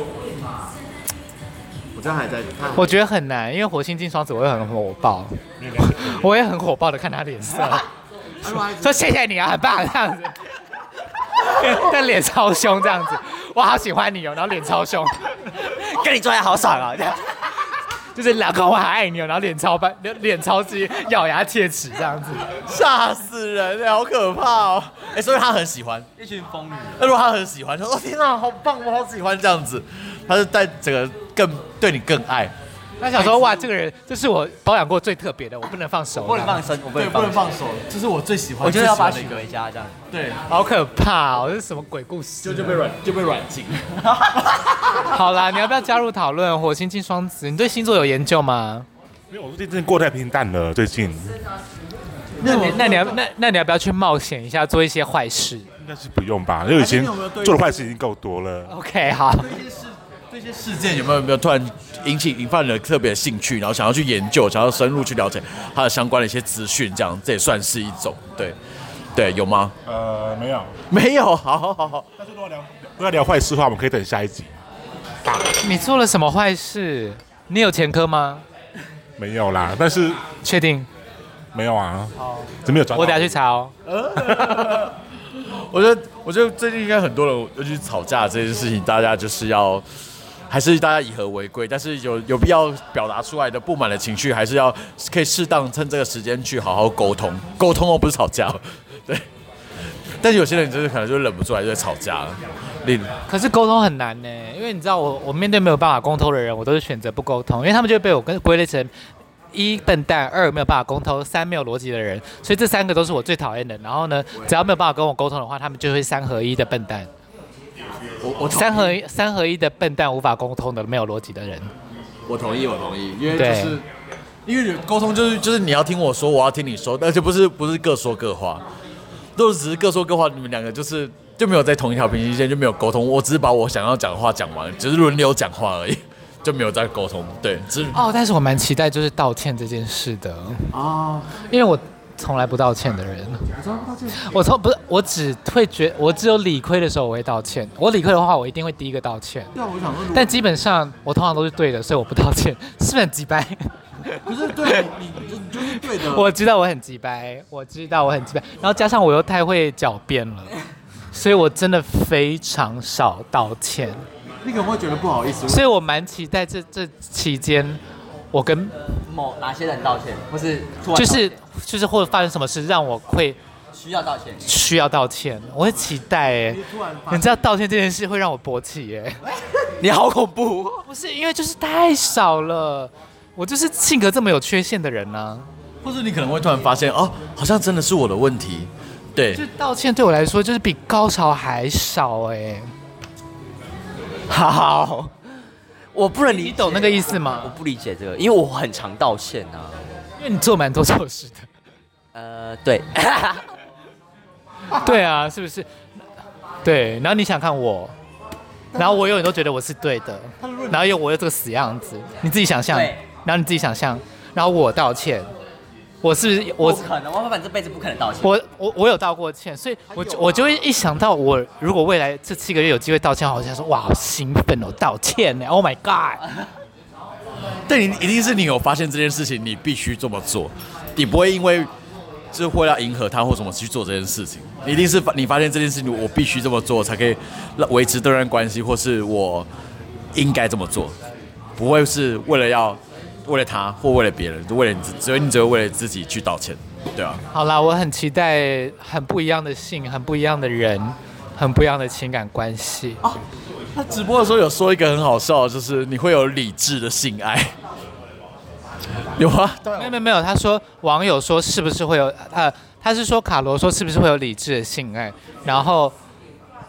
我这样还在看。 我觉得很难，因为火星进双子我会很火爆，我也很火爆的看她脸色，说谢谢你啊，很棒这样子。但脸超凶这样子，我好喜欢你哦，然后脸超凶， 跟你做爱好爽啊！这样就是老公我好爱你哦，然后脸超白，脸超级咬牙切齿这样子。 吓死人，好可怕哦！哎，所以他很喜欢。 一群疯女人。 那如果他很喜欢，就说哦天哪，好棒，我好喜欢这样子，他是带整个更对你更爱。 他想说哇，这个人这是我保养过最特别的，我不能放手， 不能放生，我不对， 能放不能放手，这是我最喜欢。 我觉得要把他最喜欢的一娶回家，这样。 个。对， 好可怕哦，这是什么鬼故事？ 就就被软就被软禁。 好啦，你要不要加入讨论？火星进双子，你对星座有研究吗？ 没有，我最近过太平淡了，最近那你那你要那那你要不要去冒险一下，做一些坏事应该是不用吧，因为以前做的坏事已经够多了。 ？OK， 好。 这些事件有没有有没有突然引起引发你的特别的兴趣，然后想要去研究，想要深入去了解它的相关的一些资讯，这样这也算是一种对对有吗？ 呃，没有。 没有，好好好好。 但是如果聊如果要聊坏事的话，我们可以等下一集。 你做了什么坏事？你有前科吗？ 没有啦，但是确定？ 没有啊，怎么没有抓到？ 我等下去查哦。 我觉得，我觉得最近应该很多人尤其是吵架这件事情，大家就是要，还是大家以和为贵，但是有有必要表达出来的不满的情绪，还是要可以适当趁这个时间去好好沟通，沟通哦，不是吵架，对。但是有些人就是可能就忍不住来就会吵架了。你可是沟通很难呢，因为你知道我我面对没有办法沟通的人，我都是选择不沟通，因为他们就会被我跟归类成一笨蛋，二没有办法沟通，三没有逻辑的人，所以这三个都是我最讨厌的。然后呢，只要没有办法跟我沟通的话，他们就会三合一的笨蛋。 我我三合一三合一的笨蛋，无法沟通的没有逻辑的人。 我同意，我同意，因为就对是因为沟通就是就是你要听我说，我要听你说，而且不是不是各说各话。如果只是各说各话，你们两个就是就没有在同一条平行线，就没有沟通。我只是把我想要讲的话讲完，只是轮流讲话而已，就没有在沟通。对，只是哦，但是我蛮期待就是道歉这件事的啊， 因为我从来不道歉的人。我从不是，我只会觉，我只有理亏的时候我会道歉。我理亏的话，我一定会第一个道歉。 对啊，我想说， 但基本上我通常都是对的，所以我不道歉，是不是很鸡掰？ 不是对你，你你就是对的。 我知道我很鸡掰，我知道我很鸡掰，然后加上我又太会狡辩了，所以我真的非常少道歉。 你可能会觉得不好意思， 所以我蛮期待这这期间，我跟某哪些人道歉，或是突然就是就是或者发生什么事让我会需要道歉。 需要道歉，我会期待哎。你知道道歉这件事会让我勃起哎， 你好恐怖！ 不是因为就是太少了，我就是性格这么有缺陷的人呢、啊。 或者你可能会突然发现，哦，好像真的是我的问题。对， 就道歉对我来说就是比高潮还少哎。 好，我不能理解， 你懂那个意思吗我不理解这个，因为我很常道歉啊。 因为你做蛮多错事的。 呃，对， 对啊，是不是？对，然后你想看我，然后我永远都觉得我是对的，然后又我有这个死样子，你自己想象， 对然后你自己想象，然后我道歉，我是不是我不可能，我反正这辈子不可能道歉。 我我我有道过歉，所以我就我就会一想到我如果未来这七个月有机会道歉，我就想说哇，好兴奋哦，道歉呢 ，Oh my god！ 但你一定是你有发现这件事情，你必须这么做，你不会因为就是为了迎合他或什么去做这件事情，你一定是你发现这件事情，我必须这么做才可以维持这段关系，或是我应该这么做，不会是为了要为了他或为了别人，为了你自，只有你只会为了自己去道歉，对啊。 好啦，我很期待很不一样的性，很不一样的人，很不一样的情感关系。 哦，他直播的时候有说一个很好笑的，就是你会有理智的性爱，有吗？ 没有没有没有，他说网友说是不是会有呃，他是说卡罗说是不是会有理智的性爱，然后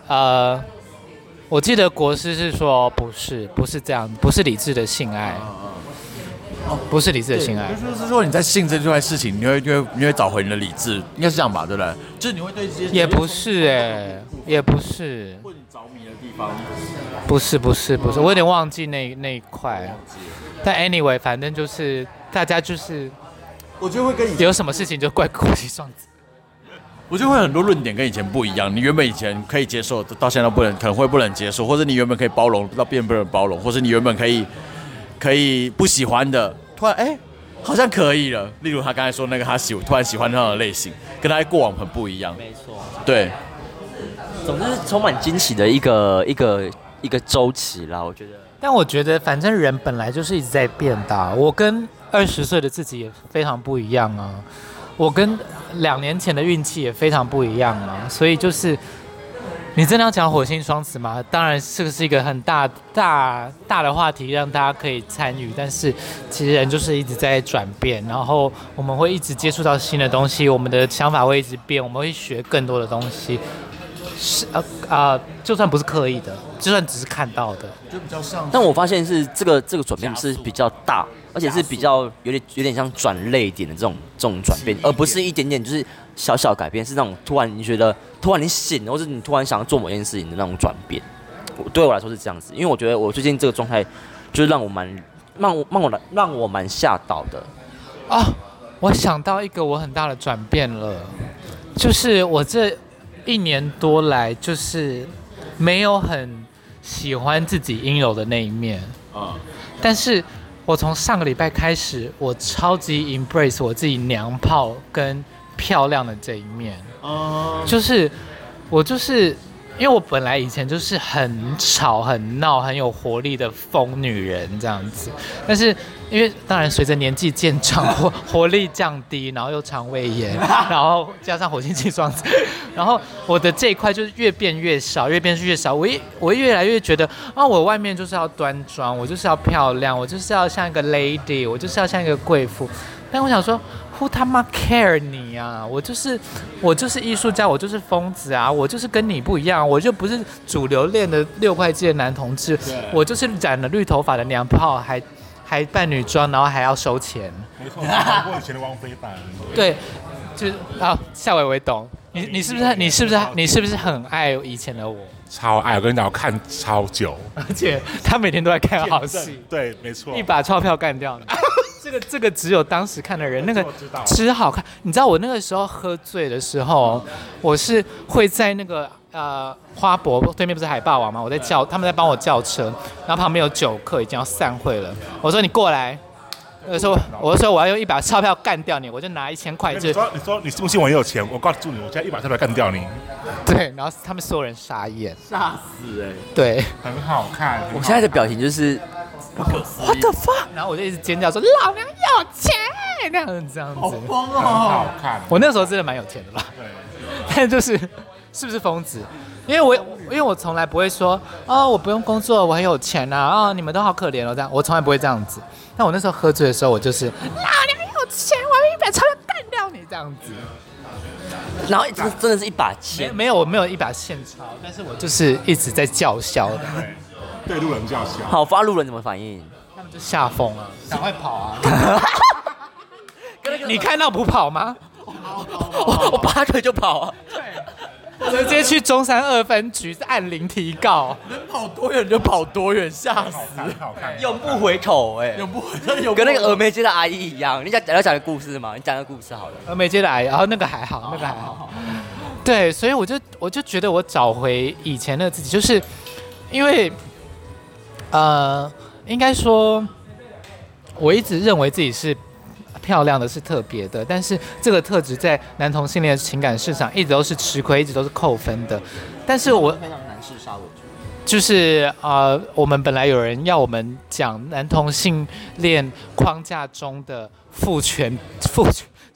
呃，我记得国师是说不是，不是这样，不是理智的性爱，哦，不是理智的性爱， 就是说你在性这段事情，你会你会你会找回你的理智，应该是这样吧，对不对？就是你会对这些也不是哎、欸，也不是， 或者你着迷的地方， 不是不是不是，我有点忘记那那一块，但 anyway， 反正就是大家就是， 我觉得会跟以有什么事情就怪国际双子。 我觉得会很多论点跟以前不一样。你原本以前可以接受，到现在不能，可能会不能接受，或者你原本可以包容，到变不能包容，或者你原本可以可以不喜欢的，突然哎、欸、好像可以了。例如他刚才说那个他喜突然喜欢那样的类型，跟他过往很不一样。 没错， 对， 总之是充满惊喜的一个一个一个周期啦，我觉得。 但我觉得反正人本来就是一直在变的啊，我跟二十岁的自己也非常不一样啊。我跟两年前的运气也非常不一样啊，所以就是你真的要讲火星双子吗？当然这个是一个很大大大的话题，让大家可以参与。但是其实人就是一直在转变，然后我们会一直接触到新的东西，我们的想法会一直变，我们会学更多的东西。是啊啊、呃，就算不是刻意的，就算只是看到的， 就比较像。 但我发现是这个这个转变是比较大，而且是比较有点有点像转泪点的这种这种转变，而不是一点点就是小小改变，是那种突然你觉得突然你醒了，或者你突然想要做某件事情的那种转变。对我来说是这样子，因为我觉得我最近这个状态就是让我蛮让我让我让我蛮吓到的啊！我想到一个我很大的转变了，就是我这一年多来就是没有很喜欢自己应有的那一面啊，但是我从上个礼拜开始，我超级 embrace 我自己娘炮跟漂亮的这一面啊，就是我就是因为我本来以前就是很吵很闹很有活力的疯女人这样子，但是因为当然随着年纪渐长，活活力降低，然后又肠胃炎，然后加上火星气双子，然后我的这一块就是越变越少，越变越少。我一我越来越觉得啊，我外面就是要端庄，我就是要漂亮，我就是要像一个 lady， 我就是要像一个贵妇。但我想说 ，Who 他妈 care 你啊？我就是我就是艺术家，我就是疯子啊！我就是跟你不一样，我就不是主流恋的六块肌的男同志，我就是染了绿头发的娘炮，还。还扮女装，然后还要收钱。 没错，看过以前的汪非凡。 对，就是啊，夏伟伟懂。你你是不是你是不是你是不是很爱以前的我？ 超爱，我跟你讲，我看超久， 而且他每天都在看好戏。 对，没错。 一把钞票干掉了。这个这个只有当时看的人，那个只好看。你知道我那个时候喝醉的时候，我是会在那个。呃，花博对面不是海霸王吗？我在叫，他们在帮我叫车，然后旁边有酒客已经要散会了。我说你过来，我说我说我要用一把钞票干掉你，我就拿一千块。 你说你说你信不信我也有钱？我告诉你，我现在一把钞票干掉你。 对，然后他们所有人傻眼， 吓死哎、欸！ 对， 很好看。 我现在的表情就是不可思议 What the fuck？ 然后我就一直尖叫说老娘有钱，那样子这样子。 好疯哦！ 很好看。 我那时候真的蛮有钱的啦。 对。 但就是是不是疯子？因为我因为我从来不会说哦，我不用工作，我很有钱呐、啊，哦，你们都好可怜哦，这样我从来不会这样子。但我那时候喝醉的时候，我就是老娘有钱，我要一把钞票干掉你这样子。 然后真真的是一把钱， 没没有我没有一把现钞，但是我就是一直在叫嚣的。 对，对路人叫嚣。 好，发路人怎么反应？ 他们就吓疯了，赶快跑啊！你看到不跑吗？ 我我拔腿就跑啊！ 对，直接去中山二分局按铃提告， 能跑多远就跑多远，吓死！ 好看， 永不回头哎、欸， 永不回头，永跟那个峨眉街的阿姨一样。你讲要讲个故事吗？你讲个故事好了。 峨眉街的阿姨，然后那个还好，那个还好。对，所以我就我就觉得我找回以前的自己，就是因为呃，应该说我一直认为自己是。漂亮的是特别的，但是这个特质在男同性恋情感市场一直都是吃亏，一直都是扣分的。但是我非常男士杀为主， 就是呃，我们本来有人要我们讲男同性恋框架中的父权父权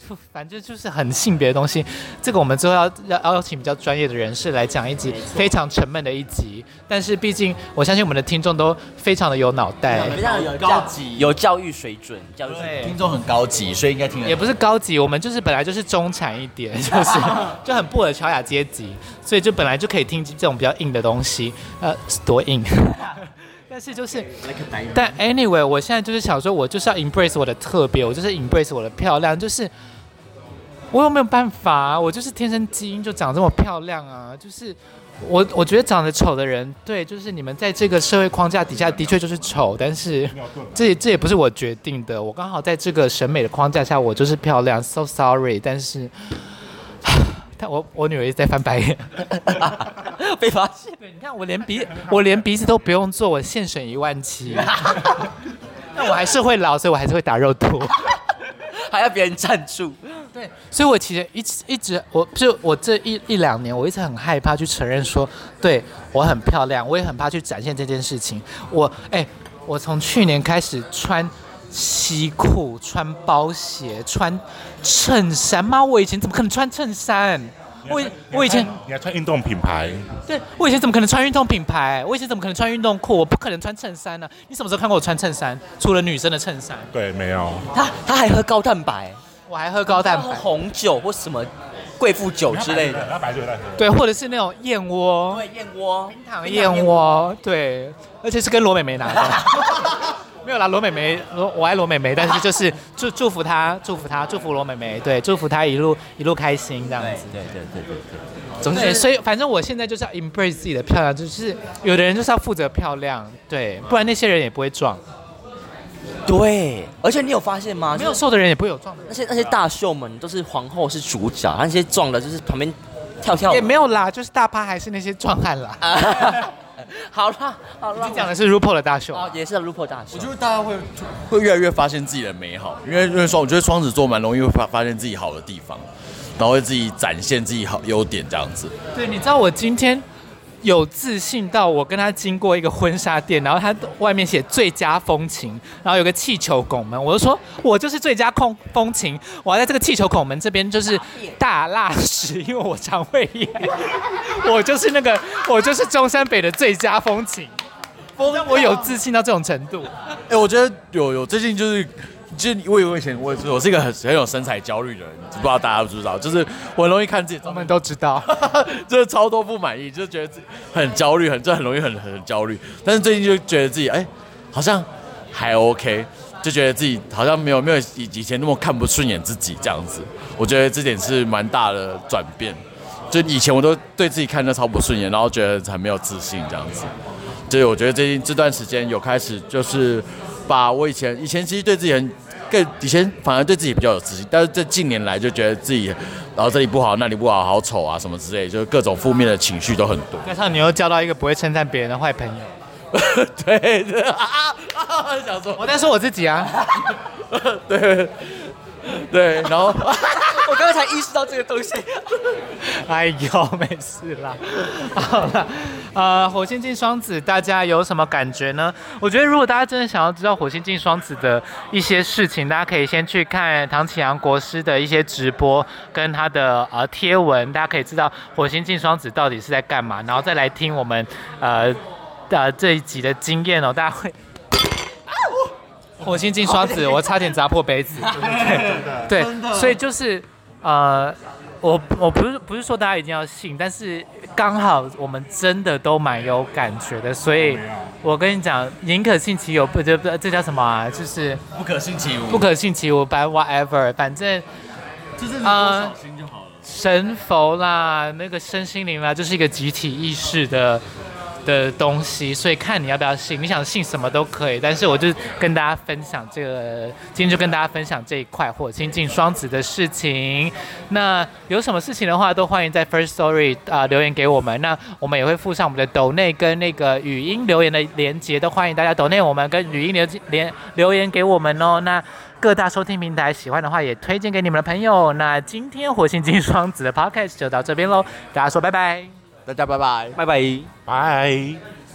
反正就是很性别的东西。这个我们之后要要邀请比较专业的人士来讲一集非常沉闷的一集。但是毕竟我相信我们的听众都非常的有脑袋， 非常有高级，有教育水准，教育水准。 听众很高级，所以应该听得。 也不是高级，我们就是本来就是中产一点，就是就很布尔乔亚阶级，所以就本来就可以听这种比较硬的东西，呃，多硬。但是就是，但 anyway， 我现在就是想说，我就是要 embrace 我的特别，我就是 embrace 我的漂亮，就是我有没有办法啊？我就是天生基因就长这么漂亮啊！就是我我觉得长得丑的人，对，就是你们在这个社会框架底下的确就是丑，但是这这也不是我决定的，我刚好在这个审美的框架下，我就是漂亮 ，so sorry， 但是。但我我女儿一直在翻白眼， 被发现。 对，你看我连鼻我连鼻子都不用做，我现省一万七。但我还是会老，所以我还是会打肉毒， 还要别人赞助。 对，所以我其实一直一直我就我这一一两年，我一直很害怕去承认说，对我很漂亮，我也很怕去展现这件事情。我哎、欸，我从去年开始穿。西裤、穿包鞋、穿衬衫，妈！我以前怎么可能穿衬衫？我我以前你还穿运动品牌？ 对，我以前怎么可能穿运动品牌？我以前怎么可能穿运动裤？我不可能穿衬衫呢、啊？你什么时候看过我穿衬衫？除了女生的衬衫？ 对，没有。 他他还喝高蛋白， 我还喝高蛋白、 红酒或什么贵妇酒之类的。 他白酒在喝。 对，或者是那种燕窝。 对，燕窝， 冰糖燕窝。对，而且是跟罗美美拿的。没有啦，罗美美，我爱罗美美，但是就是祝祝福她，祝福她，祝福罗美美，对，祝福她一路一路开心这样子。 对对对对对。 总之，所以反正我现在就是要 embrace 自己的漂亮，就是有的人就是要负责漂亮，对，不然那些人也不会壮。 对，而且你有发现吗？ 没有瘦的人也不会有壮的人。 那些那些大秀们都是皇后是主角，那些壮的就是旁边跳跳。 也没有啦，就是大趴还是那些壮汉啦。 好啦好啦， 你讲的是 RuPaul 的大秀啊，也是 RuPaul 大秀。 我觉得大家会会越来越发现自己的美好，因为因为双，我觉得双子座蛮容易会发发现自己好的地方，然后会自己展现自己好优点这样子。 对，你知道我今天有自信到我跟他经过一个婚纱店，然后他外面写最佳风情，然后有个气球拱门，我就说我就是最佳空风情，我要在这个气球拱门这边就是大辣屎，因为我肠胃炎，我就是那个我就是中山北的最佳风情，我有自信到这种程度。 哎、欸，我觉得有有最近就是。就是我以前我我是一个很很有身材焦虑的人，不知道大家知不知道？就是我很容易看自己， 我们都知道， 就是超多不满意，就是觉得自己很焦虑，很这很容易很很焦虑。但是最近就觉得自己哎、欸，好像还 OK， 就觉得自己好像没有没有以以前那么看不顺眼自己这样子。我觉得这点是蛮大的转变。就以前我都对自己看得超不顺眼，然后觉得很没有自信这样子。所以我觉得最近这段时间有开始就是把我以前以前其实对自己很。更以前反而对自己比较有自信，但是这近年来就觉得自己，然后这里不好，那里不好，好丑啊什么之类，就是各种负面的情绪都很多。 加上你又交到一个不会称赞别人的坏朋友， 对对啊啊！想说， 我在说我自己啊， 对对，然后我刚刚才意识到这个东西。 哎呦，没事啦。好了，呃，火星进双子，大家有什么感觉呢？我觉得如果大家真的想要知道火星进双子的一些事情，大家可以先去看唐启阳国师的一些直播跟他的呃贴文，大家可以知道火星进双子到底是在干嘛，然后再来听我们呃呃这一集的经验哦，大家会。火星进双子，我差点砸破杯子。对对，所以就是呃，我我不是不是说大家一定要信，但是刚好我们真的都蛮有感觉的，所以我跟你讲，宁可信其有，不不不，这叫什么啊？就是不可信其无， 不可信其无，反正 whatever， 反正就是多少心就好了。 神佛啦，那个身心灵啦，就是一个集体意识的。的东西，所以看你要不要信，你想信什么都可以，但是我就跟大家分享这个，今天就跟大家分享这一块火星进双子的事情。那有什么事情的话，都欢迎在 First Story 啊、呃、留言给我们，那我们也会附上我们的抖内跟那个语音留言的连结，都欢迎大家抖内我们跟语音留连留言给我们哦。那各大收听平台喜欢的话，也推荐给你们的朋友。那今天火星进双子的 Podcast 就到这边喽，大家说拜拜。 大家拜拜， 拜拜， 拜。